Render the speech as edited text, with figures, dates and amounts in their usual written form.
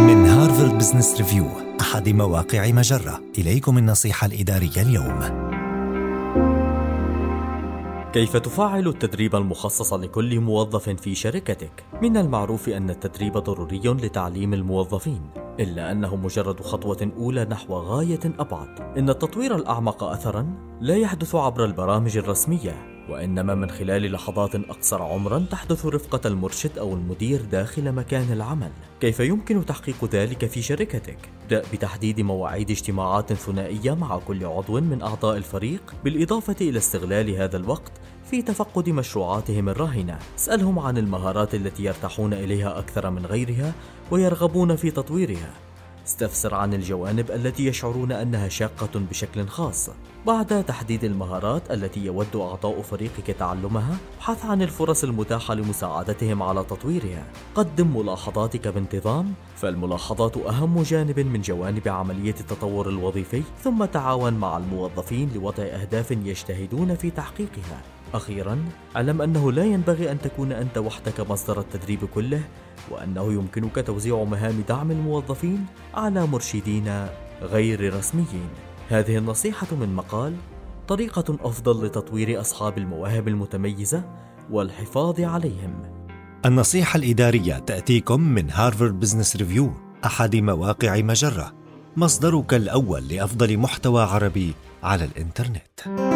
من هارفارد بزنس ريفيو، أحد مواقع مجرة، إليكم النصيحة الإدارية اليوم. كيف تفعل التدريب المخصص لكل موظف في شركتك؟ من المعروف أن التدريب ضروري لتعليم الموظفين، إلا أنه مجرد خطوة أولى نحو غاية أبعد. إن التطوير الأعمق أثراً لا يحدث عبر البرامج الرسمية، وإنما من خلال لحظات أقصر عمراً تحدث رفقة المرشد أو المدير داخل مكان العمل. كيف يمكن تحقيق ذلك في شركتك؟ ابدأ بتحديد مواعيد اجتماعات ثنائية مع كل عضو من أعضاء الفريق، بالإضافة إلى استغلال هذا الوقت في تفقد مشروعاتهم الراهنة. اسألهم عن المهارات التي يرتاحون إليها أكثر من غيرها ويرغبون في تطويرها. استفسر عن الجوانب التي يشعرون أنها شاقة بشكل خاص. بعد تحديد المهارات التي يود أعضاء فريقك تعلمها، ابحث عن الفرص المتاحة لمساعدتهم على تطويرها. قدم ملاحظاتك بانتظام، فالملاحظات أهم جانب من جوانب عملية التطور الوظيفي. ثم تعاون مع الموظفين لوضع أهداف يجتهدون في تحقيقها. أخيراً، علم أنه لا ينبغي أن تكون أنت وحدك مصدر التدريب كله، وأنه يمكنك توزيع مهام دعم الموظفين على مرشدين غير رسميين. هذه النصيحة من مقال طريقة أفضل لتطوير أصحاب المواهب المتميزة والحفاظ عليهم. النصيحة الإدارية تأتيكم من هارفارد بزنس ريفيو، أحد مواقع مجرة، مصدرك الأول لأفضل محتوى عربي على الإنترنت.